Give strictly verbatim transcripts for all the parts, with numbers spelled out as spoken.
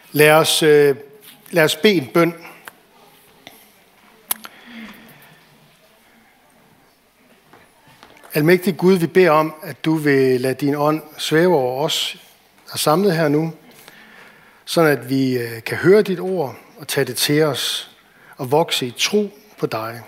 Lad os, øh, lad os bede en bøn. Almægtig Gud, vi beder om, at du vil lade din ånd svæve over os, der er samlet her nu, sådan at vi øh, kan høre dit ord og tage det til os og vokse i tro på dig.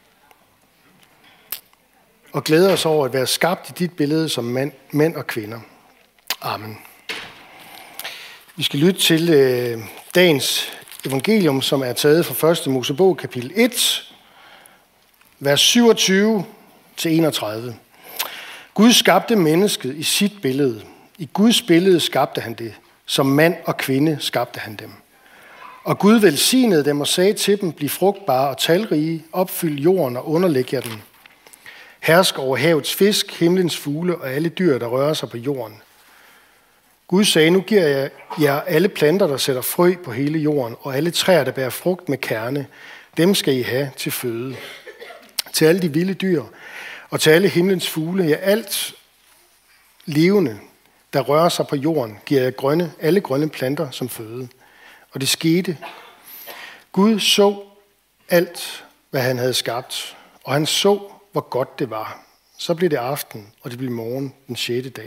Og glæde os over at være skabt i dit billede som mand, mænd og kvinder. Amen. Vi skal lytte til øh, dagens evangelium, som er taget fra første Mosebog, kapitel et, vers syvogtyve til enogtredive. Gud skabte mennesket i sit billede. I Guds billede skabte han det. Som mand og kvinde skabte han dem. Og Gud velsignede dem og sagde til dem, bliv frugtbare og talrige, opfyld jorden og underlæg jer den. Hersk over havets fisk, himlens fugle og alle dyr, der rører sig på jorden. Gud sagde, nu giver jeg jer alle planter, der sætter frø på hele jorden, og alle træer, der bærer frugt med kerne. Dem skal I have til føde. Til alle de vilde dyr, og til alle himlens fugle, ja, alt levende, der rører sig på jorden, giver jeg grønne, alle grønne planter som føde. Og det skete. Gud så alt, hvad han havde skabt, og han så, hvor godt det var. Så blev det aften, og det blev morgen den sjette dag.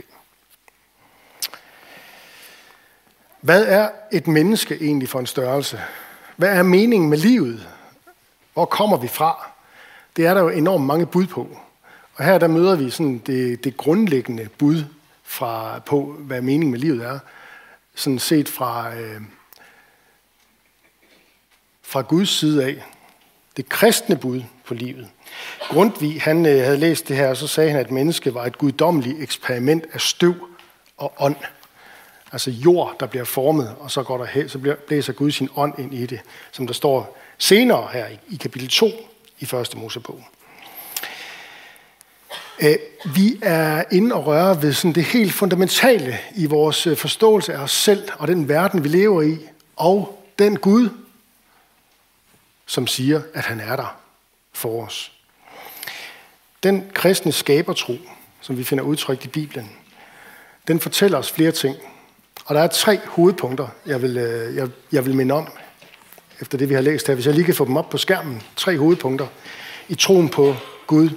Hvad er et menneske egentlig for en størrelse? Hvad er meningen med livet? Hvor kommer vi fra? Det er der jo enormt mange bud på. Og her der møder vi sådan det, det grundlæggende bud fra, på, hvad meningen med livet er. Sådan set fra, øh, fra Guds side af. Det kristne bud på livet. Grundtvig, han øh, havde læst det her, og så sagde han, at mennesket var et guddommeligt eksperiment af støv og ånd. Altså jord, der bliver formet, og så, går der hen, så blæser Gud sin ånd ind i det, som der står senere her i, i kapitel to i første Mosebog. Vi er inde og røre ved sådan det helt fundamentale i vores forståelse af os selv og den verden, vi lever i, og den Gud, som siger, at han er der for os. Den kristne skabertro, som vi finder udtrykt i Bibelen, den fortæller os flere ting. Og der er tre hovedpunkter, jeg vil, jeg, jeg vil minde om, efter det vi har læst her. Hvis jeg lige kan få dem op på skærmen. Tre hovedpunkter i troen på Gud.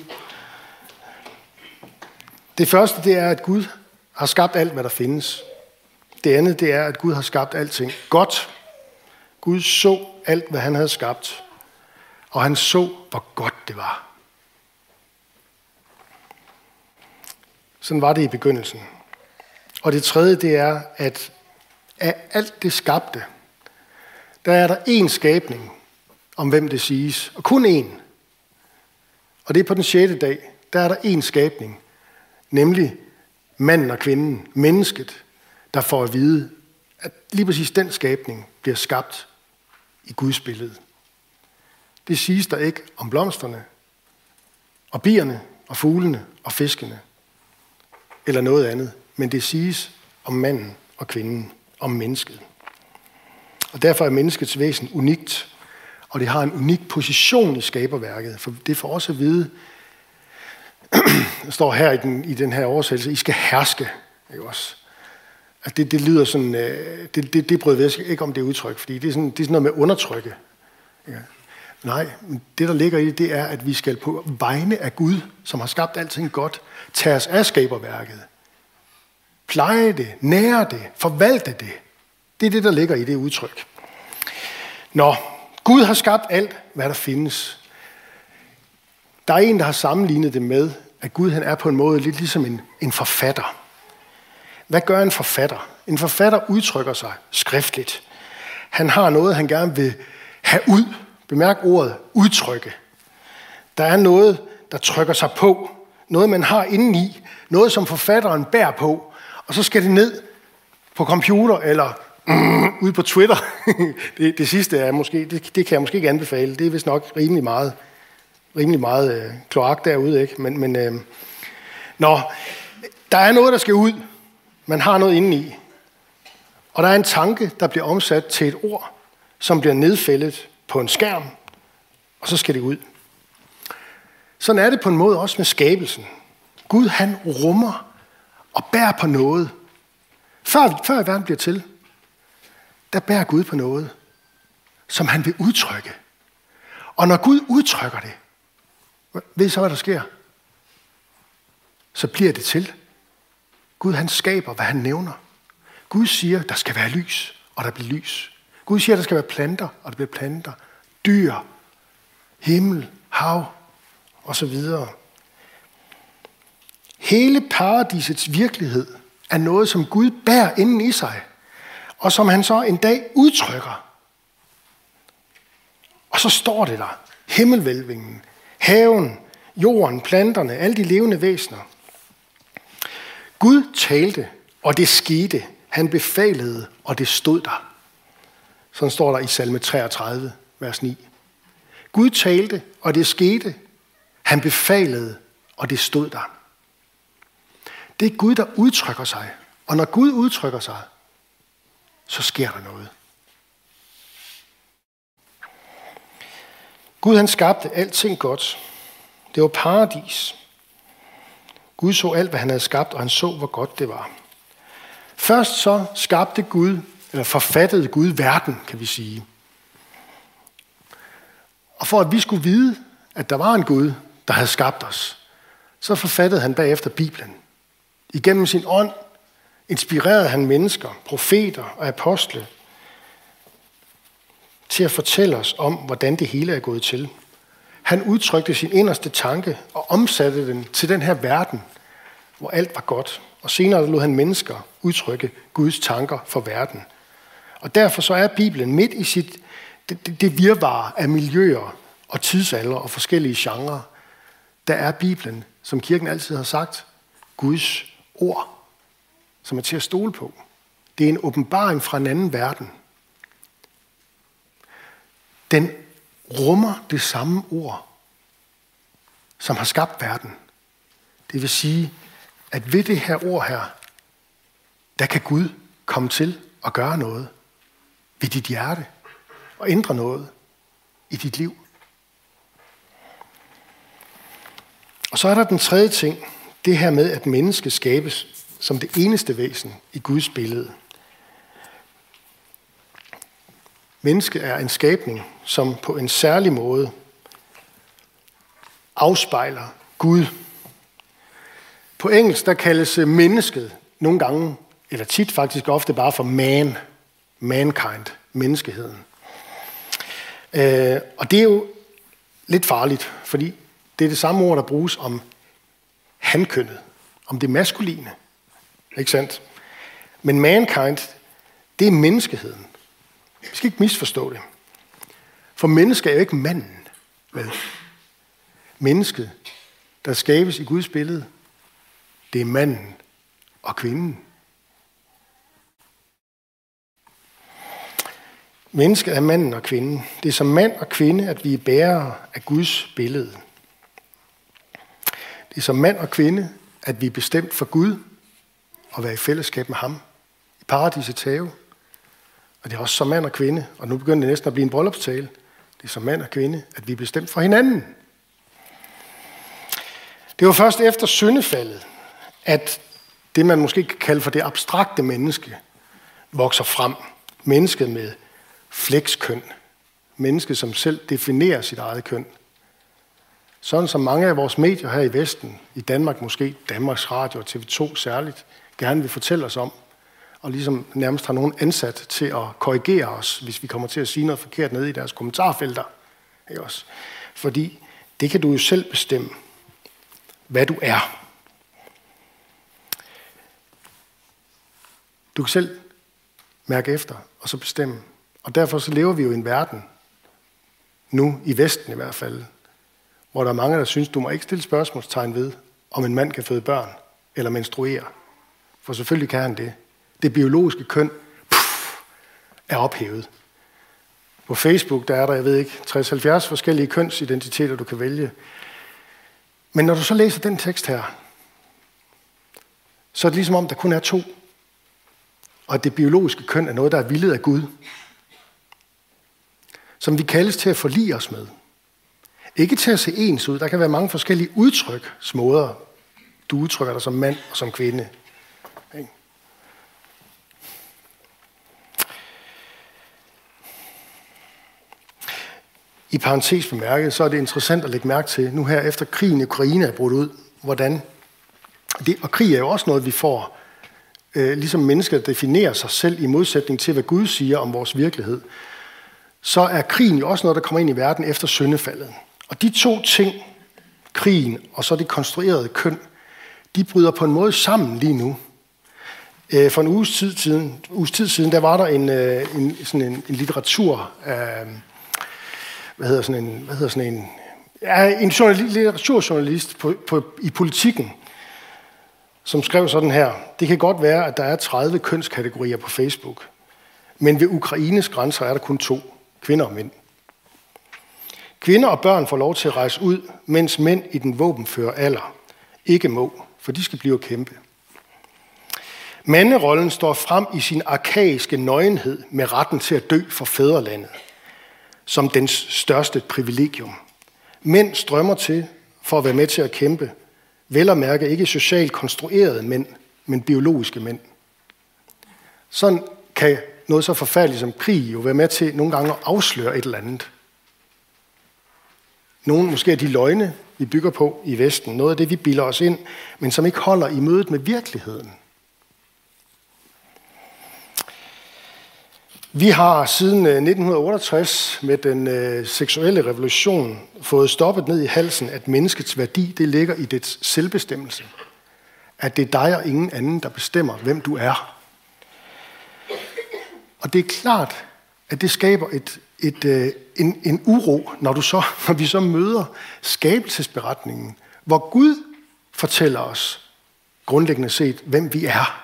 Det første, det er, at Gud har skabt alt, hvad der findes. Det andet, det er, at Gud har skabt alting godt. Gud så alt, hvad han havde skabt. Og han så, hvor godt det var. Sådan var det i begyndelsen. Og det tredje, det er, at af alt det skabte, der er der én skabning, om hvem det siges. Og kun én. Og det er på den sjette dag, der er der én skabning. Nemlig manden og kvinden, mennesket, der får at vide, at lige præcis den skabning bliver skabt i Guds billede. Det siges der ikke om blomsterne, og bierne, og fuglene, og fiskene, eller noget andet. Men det siges om manden og kvinden, om mennesket. Og derfor er menneskets væsen unikt, og det har en unik position i skaberværket. For det får også at vide, der står her i den, i den her oversættelse, I skal herske. Ikke også? Altså det, det lyder sådan, det, det, det bryder jeg ikke om det udtryk, fordi det er sådan, det er sådan noget med undertrykke. Ja. Nej, det der ligger i det, det er, at vi skal på vegne af Gud, som har skabt alting godt, tage os af skaberværket. Pleje det, nære det, forvalte det. Det er det, der ligger i det udtryk. Nå, Gud har skabt alt, hvad der findes. Der er en, der har sammenlignet det med, at Gud han er på en måde lidt ligesom en, en forfatter. Hvad gør en forfatter? En forfatter udtrykker sig skriftligt. Han har noget, han gerne vil have ud. Bemærk ordet udtrykke. Der er noget, der trykker sig på. Noget, man har indeni. Noget, som forfatteren bærer på. Og så skal det ned på computer eller mm, ud på Twitter. det, det sidste er måske, det, det kan jeg måske ikke anbefale. Det er vist nok rimelig meget, rimelig meget øh, kloak derude, ikke? Men, men øh, nå, der er noget, der skal ud. Man har noget indeni. Og der er en tanke, der bliver omsat til et ord, som bliver nedfældet på en skærm, og så skal det ud. Sådan er det på en måde også med skabelsen. Gud, han rummer og bærer på noget, før, før verden bliver til. der bærer Gud på noget, som han vil udtrykke. Og når Gud udtrykker det, ved I så, hvad der sker? Så bliver det til. Gud, han skaber, hvad han nævner. Gud siger, der skal være lys, og der bliver lys. Gud siger, der skal være planter, og der bliver planter. Dyr, himmel, hav, og så videre. Hele paradisets virkelighed er noget, som Gud bærer inden i sig, og som han så en dag udtrykker. Og så står det der, himmelvælvingen, haven, jorden, planterne, alle de levende væsener. Gud talte, og det skete. Han befalede, og det stod der. Sådan står der i salme treogtredive, vers ni. Gud talte, og det skete. Han befalede, og det stod der. Det er Gud, der udtrykker sig. Og når Gud udtrykker sig, så sker der noget. Gud, han skabte alting godt. Det var paradis. Gud så alt, hvad han havde skabt, og han så, hvor godt det var. Først så skabte Gud, eller forfattede Gud verden, kan vi sige. Og for at vi skulle vide, at der var en Gud, der havde skabt os, så forfattede han bagefter Bibelen. Igennem sin ånd inspirerede han mennesker, profeter og apostle til at fortælle os om, hvordan det hele er gået til. Han udtrykte sin inderste tanke og omsatte den til den her verden, hvor alt var godt. Og senere lod han mennesker udtrykke Guds tanker for verden. Og derfor så er Bibelen midt i sit, det, det, det virvar af miljøer og tidsalder og forskellige genrer. Der er Bibelen, som kirken altid har sagt, Guds ord, som er til at stole på. Det er en åbenbaring fra en anden verden. Den rummer det samme ord, som har skabt verden. Det vil sige, at ved det her ord her, der kan Gud komme til at gøre noget ved dit hjerte og ændre noget i dit liv. Og så er der den tredje ting, det her med, at mennesket skabes som det eneste væsen i Guds billede. Mennesket er en skabning, som på en særlig måde afspejler Gud. På engelsk, der kaldes mennesket nogle gange, eller tit faktisk ofte bare for man, mankind, menneskeheden. Øh, og det er jo lidt farligt, fordi det er det samme ord, der bruges om hankønnet, om det maskuline. Ikke sandt? Men mankind, det er menneskeheden. Vi skal ikke misforstå det. For mennesket er jo ikke manden. Vel? Mennesket, der skabes i Guds billede, det er manden og kvinden. Mennesket er manden og kvinden. Det er som mand og kvinde, at vi er bærere af Guds billede. Det er som mand og kvinde, at vi er bestemt for Gud og være i fællesskab med ham i paradisets have. Og det er også som mand og kvinde, og nu begynder det næsten at blive en bryllupstale. Det er som mand og kvinde, at vi er bestemt for hinanden. Det var først efter syndefaldet, at det, man måske kan kalde for det abstrakte menneske, vokser frem. Mennesket med flekskøn. Mennesket, som selv definerer sit eget køn. Sådan som mange af vores medier her i Vesten, i Danmark måske, Danmarks Radio og T V to særligt, gerne vil fortælle os om, og ligesom nærmest har nogen ansat til at korrigere os, hvis vi kommer til at sige noget forkert nede i deres kommentarfelter. Ikke også? Fordi det kan du jo selv bestemme, hvad du er. Du kan selv mærke efter, og så bestemme. Og derfor så lever vi jo i en verden, nu i Vesten i hvert fald, hvor der er mange, der synes, du må ikke stille spørgsmålstegn ved, om en mand kan føde børn eller menstruere. For selvfølgelig kan han det. Det biologiske køn puff, er ophævet. På Facebook, der er der, jeg ved ikke, tres til halvfjerds forskellige kønsidentiteter, du kan vælge. Men når du så læser den tekst her, så er det ligesom om, der kun er to. Og at det biologiske køn er noget, der er villet af Gud. Som vi kaldes til at forlige os med. Ikke til at se ens ud. Der kan være mange forskellige udtryksmåder. Du udtrykker dig som mand og som kvinde. I parentes bemærket, så er det interessant at lægge mærke til, nu her efter krigen i Ukraine er brudt ud, hvordan det, og krig er jo også noget, vi får, øh, ligesom mennesker definerer sig selv i modsætning til, hvad Gud siger om vores virkelighed, så er krigen jo også noget, der kommer ind i verden efter syndefaldet. Og de to ting, krigen og så det konstruerede køn, de bryder på en måde sammen lige nu. Øh, for en uges tid, tiden, uges tid siden, der var der en, øh, en, sådan en, en litteratur, øh, hvad hedder sådan en, hvad hedder sådan en, ja, en journalist, litteraturjournalist på, på, i Politikken, som skrev sådan her: det kan godt være, at der er tredive kønskategorier på Facebook, men ved Ukraines grænser er der kun to, kvinder og mænd. Kvinder og børn får lov til at rejse ud, mens mænd i den våbenføre alder ikke må, for de skal blive at kæmpe. Manderollen står frem i sin arkaiske nøgenhed med retten til at dø for fædrelandet, som dens største privilegium. Mænd strømmer til for at være med til at kæmpe, vel at mærke ikke socialt konstruerede mænd, men biologiske mænd. Sådan kan noget så forfærdeligt som krig jo være med til nogle gange at afsløre et eller andet. Nogle måske er de løgne, vi bygger på i Vesten, noget af det, vi bilder os ind, men som ikke holder i mødet med virkeligheden. Vi har siden nitten otteogtres med den øh, seksuelle revolution fået stoppet ned i halsen, at menneskets værdi, det ligger i dets selvbestemmelse. At det er dig og ingen anden, der bestemmer, hvem du er. Og det er klart, at det skaber et, et, øh, en, en uro, når, du så, når vi så møder skabelsesberetningen, hvor Gud fortæller os grundlæggende set, hvem vi er.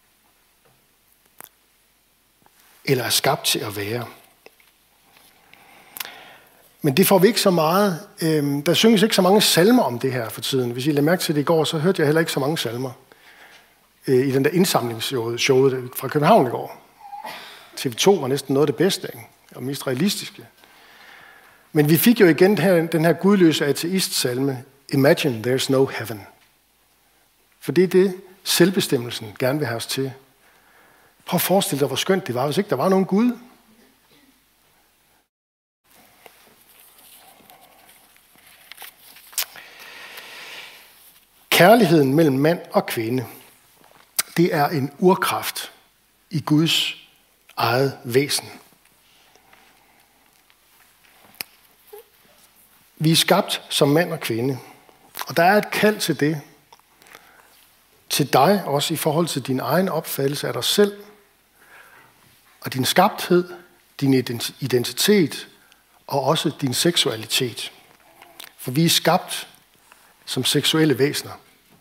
Eller er skabt til at være. Men det får vi ikke så meget. Øh, der synges ikke så mange salmer om det her for tiden. Hvis I lader mærke til det i går, så hørte jeg heller ikke så mange salmer øh, i den der indsamlingsshowet fra København i går. T V to var næsten noget af det bedste, ikke? Og mest realistiske. Men vi fik jo igen den her, den her gudløse ateist-salme, Imagine there's no heaven. For det er det, selvbestemmelsen gerne vil have os til. Prøv at forestille dig, hvor skønt det var, hvis ikke der var nogen Gud. Kærligheden mellem mand og kvinde, det er en urkraft i Guds eget væsen. Vi er skabt som mand og kvinde, og der er et kald til det, til dig også i forhold til din egen opfattelse af dig selv, og din skabthed, din identitet og også din seksualitet. For vi er skabt som seksuelle væsener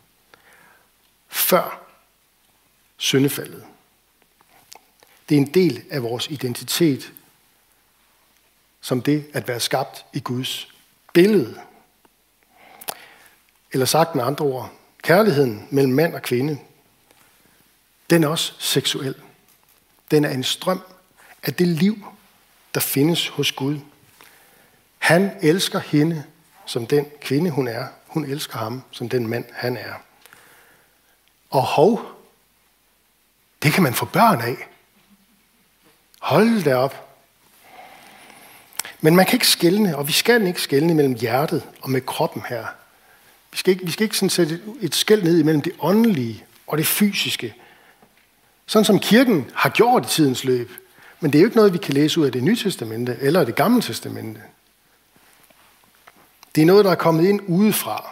før syndefaldet. Det er en del af vores identitet som det at være skabt i Guds billede. Eller sagt med andre ord, kærligheden mellem mand og kvinde, den er også seksuel. Den er en strøm af det liv, der findes hos Gud. Han elsker hende som den kvinde, hun er. Hun elsker ham som den mand, han er. Og hov, det kan man få børn af. Hold da op. Men man kan ikke skelne, og vi skal ikke skelne mellem hjertet og med kroppen her. Vi skal ikke, vi skal ikke sådan sætte et skel ned imellem det åndelige og det fysiske. Sådan som kirken har gjort i tidens løb. Men det er jo ikke noget, vi kan læse ud af det nye testamente eller det gamle testamente. Det er noget, der er kommet ind udefra.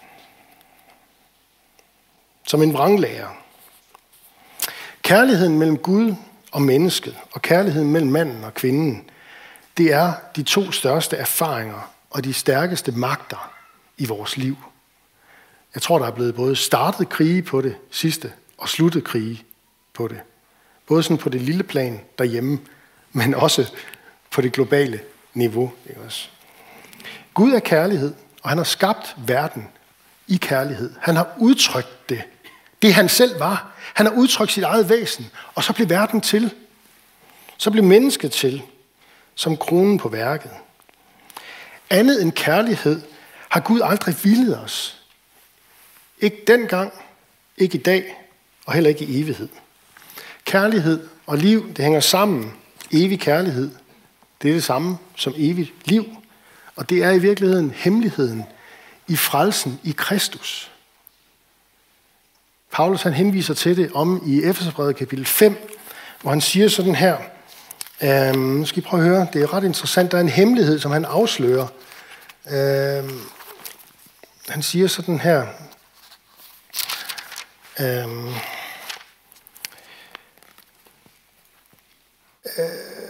Som en vranglærer. Kærligheden mellem Gud og mennesket, og kærligheden mellem manden og kvinden, det er de to største erfaringer og de stærkeste magter i vores liv. Jeg tror, der er blevet både startet krige på det sidste, og sluttet krige på det. Både sådan på det lille plan derhjemme, men også på det globale niveau. Ikke også? Gud er kærlighed, og han har skabt verden i kærlighed. Han har udtrykt det. Det han selv var. Han har udtrykt sit eget væsen, og så blev verden til. Så blev mennesket til, som kronen på værket. Andet end kærlighed har Gud aldrig villet os. Ikke dengang, ikke i dag, og heller ikke i evighed. Kærlighed og liv, det hænger sammen. Evig kærlighed, det er det samme som evigt liv. Og det er i virkeligheden hemmeligheden i frelsen i Kristus. Paulus han henviser til det om i Efeserbrevet kapitel fem, hvor han siger sådan her. Øhm, nu skal I prøve at høre, det er ret interessant. Der er en hemmelighed, som han afslører. Øhm, han siger sådan her. Øhm, øh,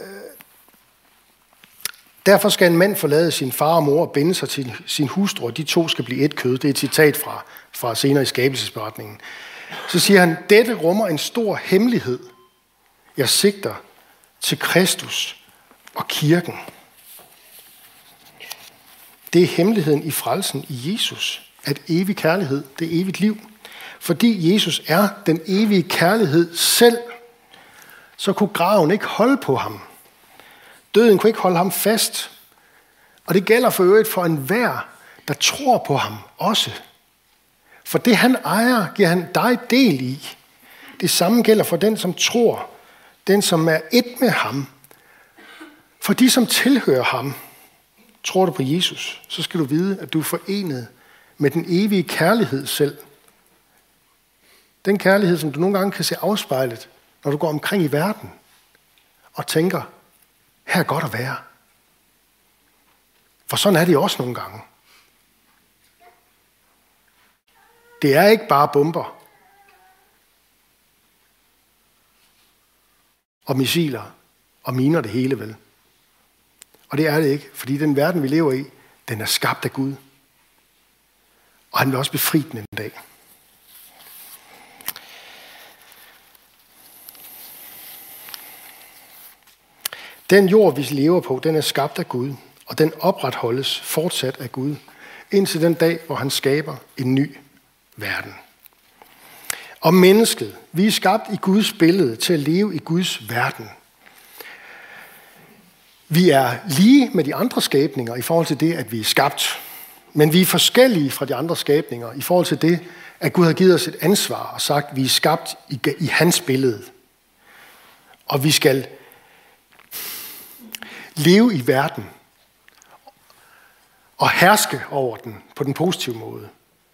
Derfor skal en mand forlade sin far og mor og binde sig til sin hustru, og de to skal blive et kød. Det er et citat fra, fra senere i skabelsesberetningen. Så siger han, dette rummer en stor hemmelighed. Jeg sigter til Kristus og kirken. Det er hemmeligheden i frelsen i Jesus, at evig kærlighed, det er evigt liv. Fordi Jesus er den evige kærlighed selv, så kunne graven ikke holde på ham. Døden kunne ikke holde ham fast. Og det gælder for øvrigt for enhver, der tror på ham også. For det han ejer, giver han dig del i. Det samme gælder for den, som tror, den som er et med ham. For de, som tilhører ham, tror du på Jesus, så skal du vide, at du er forenet med den evige kærlighed selv. Den kærlighed, som du nogle gange kan se afspejlet, når du går omkring i verden og tænker, her er godt at være. For sådan er det også nogle gange. Det er ikke bare bomber og missiler og miner det hele vel. Og det er det ikke, fordi den verden, vi lever i, den er skabt af Gud. Og han vil også befri den en dag. Den jord, vi lever på, den er skabt af Gud, og den opretholdes fortsat af Gud, indtil den dag, hvor han skaber en ny verden. Og mennesket, vi er skabt i Guds billede til at leve i Guds verden. Vi er lige med de andre skabninger i forhold til det, at vi er skabt. Men vi er forskellige fra de andre skabninger i forhold til det, at Gud har givet os et ansvar og sagt, at vi er skabt i, i hans billede. Og vi skal leve i verden og herske over den på den positive måde.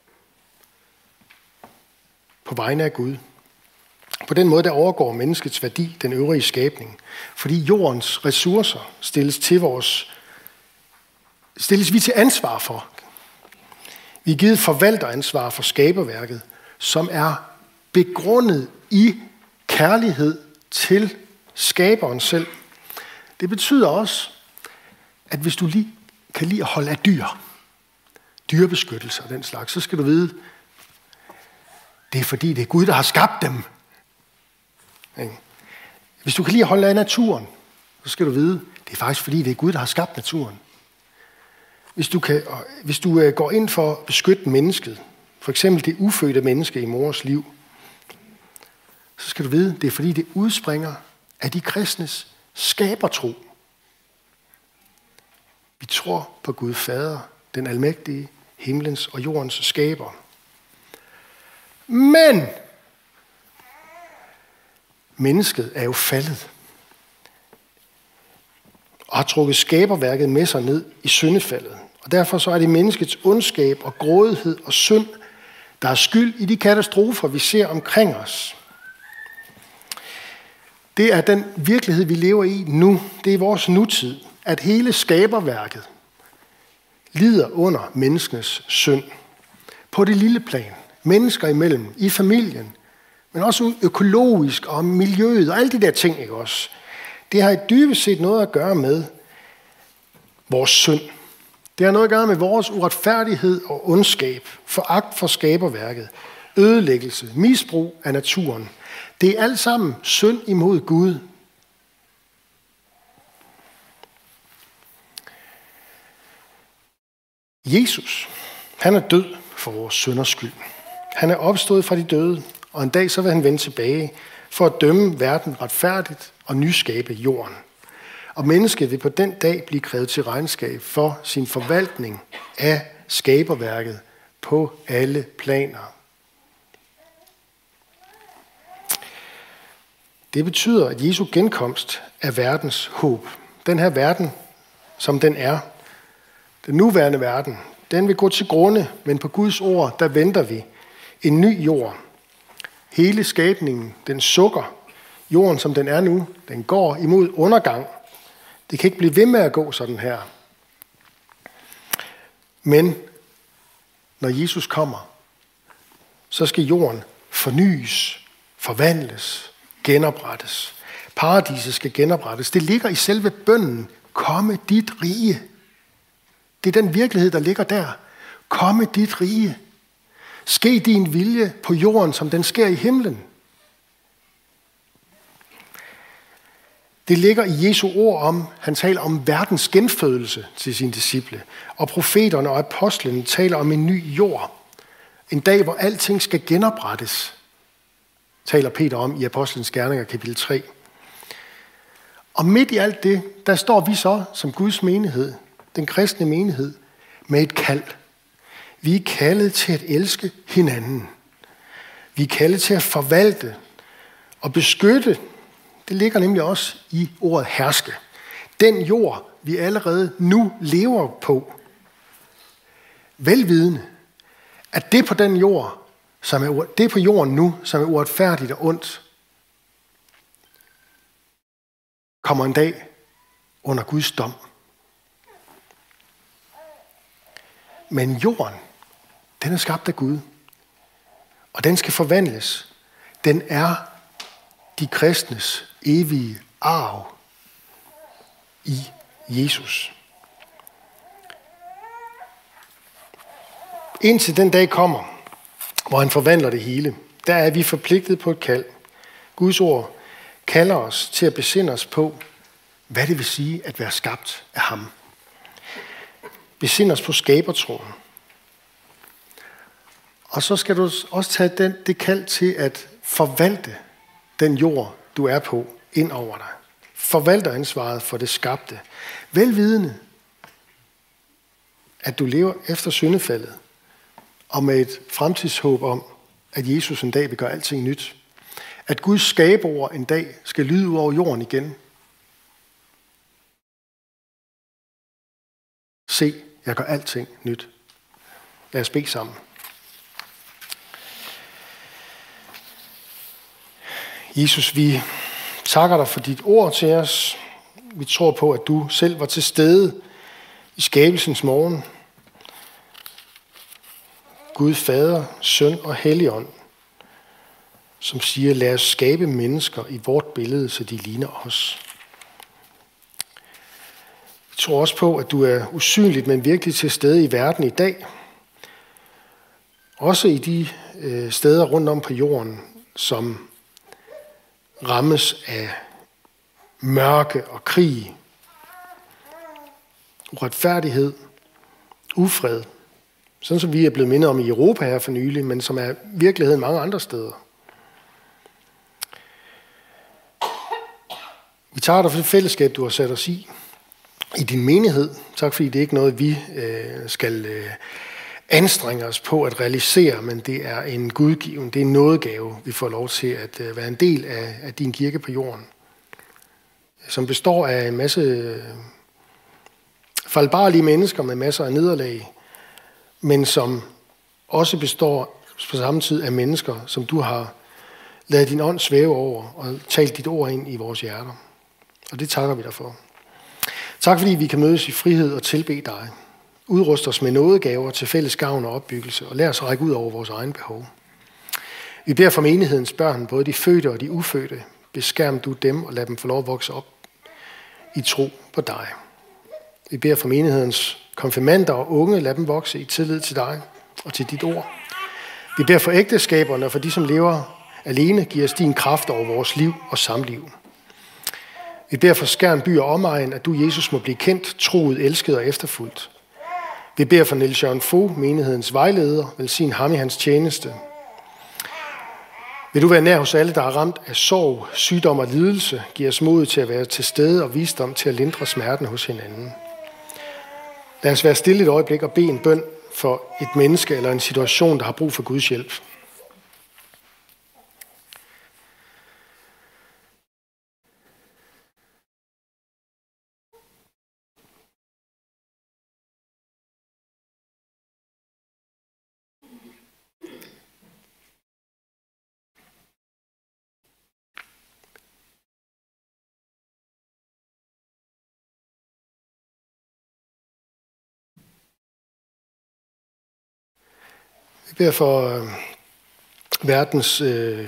På vegne af Gud. På den måde, der overgår menneskets værdi den øvrige skabning. Fordi jordens ressourcer stilles til vores, stilles vi til ansvar for. Vi er givet forvalteransvar for skaberværket, som er begrundet i kærlighed til skaberen selv. Det betyder også, at hvis du lige kan lide at holde af dyr, dyrebeskyttelse og den slags, så skal du vide, det er fordi, det er Gud, der har skabt dem. Hvis du kan lide at holde af naturen, så skal du vide, det er faktisk fordi, det er Gud, der har skabt naturen. Hvis du, kan, hvis du går ind for at beskytte mennesket, for eksempel det ufødte menneske i mors liv, så skal du vide, det er fordi, det udspringer af de kristnes skabertro. Vi tror på Gud Fader, den almægtige, himlens og jordens skaber. Men mennesket er jo faldet og har trukket skaberværket med sig ned i syndefaldet. Og derfor så er det menneskets ondskab og grådighed og synd, der er skyld i de katastrofer, vi ser omkring os. Det er den virkelighed, vi lever i nu. Det er vores nutid, at hele skaberværket lider under menneskenes synd. På det lille plan, mennesker imellem, i familien, men også økologisk og miljøet og alle de der ting, ikke også? Det har i dybest set noget at gøre med vores synd. Det har noget at gøre med vores uretfærdighed og ondskab, foragt for skaberværket, ødelæggelse, misbrug af naturen. Det er alt sammen synd imod Gud. Jesus, han er død for vores synders skyld. Han er opstået fra de døde, og en dag så vil han vende tilbage for at dømme verden retfærdigt og nyskabe jorden. Og mennesket vil på den dag blive krævet til regnskab for sin forvaltning af skaberværket på alle planer. Det betyder, at Jesu genkomst er verdens håb. Den her verden, som den er, Den nuværende verden, den vil gå til grunde, men på Guds ord, der venter vi en ny jord. Hele skabningen, den sukker. Jorden, som den er nu, den går imod undergang. Det kan ikke blive ved med at gå sådan her. Men når Jesus kommer, så skal jorden fornyes, forvandles, genoprettes. Paradiset skal genoprettes. Det ligger i selve bønnen. Komme dit rige. Det er den virkelighed, der ligger der. Komme dit rige. Ske din vilje på jorden, som den sker i himlen. Det ligger i Jesu ord om, han taler om verdens genfødelse til sine disciple. Og profeterne og apostlene taler om en ny jord. En dag, hvor alting skal genoprettes, taler Peter om i Apostlenes Gerninger kapitel tre. Og midt i alt det, der står vi så som Guds menighed, den kristne menighed, med et kald. Vi er kaldet til at elske hinanden. Vi er kaldet til at forvalte og beskytte. Det ligger nemlig også i ordet herske. Den jord, vi allerede nu lever på. Velvidende, at det på den jord, som er, det på jorden nu, som er uretfærdigt og ondt, kommer en dag under Guds dom. Men jorden, den er skabt af Gud, og den skal forvandles. Den er de kristnes evige arv i Jesus. Indtil den dag kommer, hvor han forvandler det hele, der er vi forpligtet på et kald. Guds ord kalder os til at besinde os på, hvad det vil sige at være skabt af ham. Besinde os på skabertroen. Og så skal du også tage den, det kald til at forvalte den jord, du er på, ind over dig. Forvalteransvaret for det skabte. Velvidende, at du lever efter syndefaldet, og med et fremtidshåb om, at Jesus en dag vil gøre alting nyt. At Guds skaberord en dag skal lyde ud over jorden igen. Se, jeg gør alting nyt. Lad os bede sammen. Jesus, vi takker dig for dit ord til os. Vi tror på, at du selv var til stede i skabelsens morgen. Gud Fader, Søn og Helligånd, som siger, lad os skabe mennesker i vort billede, så de ligner os. Vi tror også på, at du er usynligt, men virkelig til stede i verden i dag. Også i de øh, steder rundt om på jorden, som rammes af mørke og krig, uretfærdighed, ufred. Sådan som vi er blevet mindet om i Europa her for nylig, men som er virkeligheden mange andre steder. Vi tager dig for det fællesskab, du har sat os i, i din menighed. Tak fordi det ikke er noget, vi øh, skal øh, anstrenge os på at realisere, men det er en gudgiven, det er en nådegave, vi får lov til at øh, være en del af, af din kirke på jorden. Som består af en masse øh, fejlbarlige mennesker med masser af nederlag, men som også består på samme tid af mennesker, som du har ladet din ånd svæve over og talt dit ord ind i vores hjerter. Og det takker vi dig for. Tak fordi vi kan mødes i frihed og tilbede dig. Udrust os med nådegaver til fælles gavn og opbyggelse, og lad os række ud over vores egen behov. Vi beder for menighedens børn, både de fødte og de ufødte. Beskærm du dem og lad dem få lov at vokse op i tro på dig. Vi beder for menighedens konfirmander og unge, lad dem vokse i tillid til dig og til dit ord. Vi beder for ægteskaberne og for de, som lever alene, giver os din kraft over vores liv og samliv. Vi beder for Skjern by og omegn, at du, Jesus, må blive kendt, troet, elsket og efterfulgt. Vi beder for Niels Jørgen Fogh, menighedens vejleder, velsign ham i hans tjeneste. Vil du være nær hos alle, der er ramt af sorg, sygdom og lidelse, giv os mod til at være til stede og visdom til at lindre smerten hos hinanden. Lad os være stille et øjeblik og bede en bøn for et menneske eller en situation, der har brug for Guds hjælp. beder for øh, verdens øh,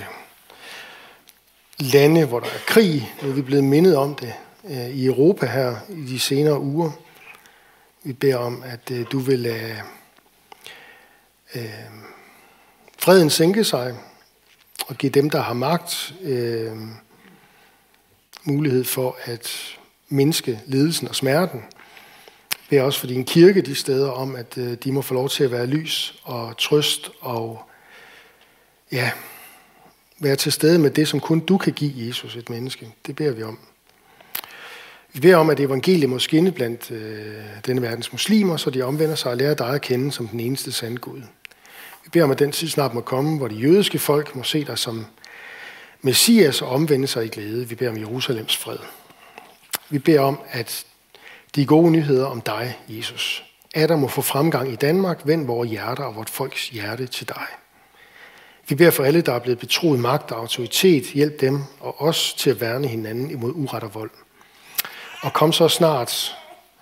lande, hvor der er krig. Nu er vi blevet mindet om det øh, i Europa her i de senere uger. Vi beder om, at øh, du vil lade øh, freden sænke sig og give dem, der har magt, øh, mulighed for at mindske lidelsen og smerten. Vi beder også for din kirke de steder om, at øh, de må få lov til at være lys og trøst og ja, være til stede med det, som kun du kan give Jesus, et menneske. Det beder vi om. Vi beder om, at evangeliet må skinne blandt øh, denne verdens muslimer, så de omvender sig og lærer dig at kende som den eneste sande Gud. Vi beder om, at den tid snart må komme, hvor de jødiske folk må se dig som Messias og omvende sig i glæde. Vi beder om Jerusalems fred. Vi beder om, at de gode nyheder om dig, Jesus, at der må få fremgang i Danmark, vend vores hjerter og vort folks hjerte til dig. Vi beder for alle, der er blevet betroet magt og autoritet, hjælp dem og os til at værne hinanden imod uret og vold. Og kom så snart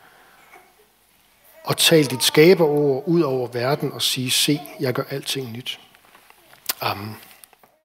og tal dit skaberord ud over verden og sige, se, jeg gør alting nyt. Amen.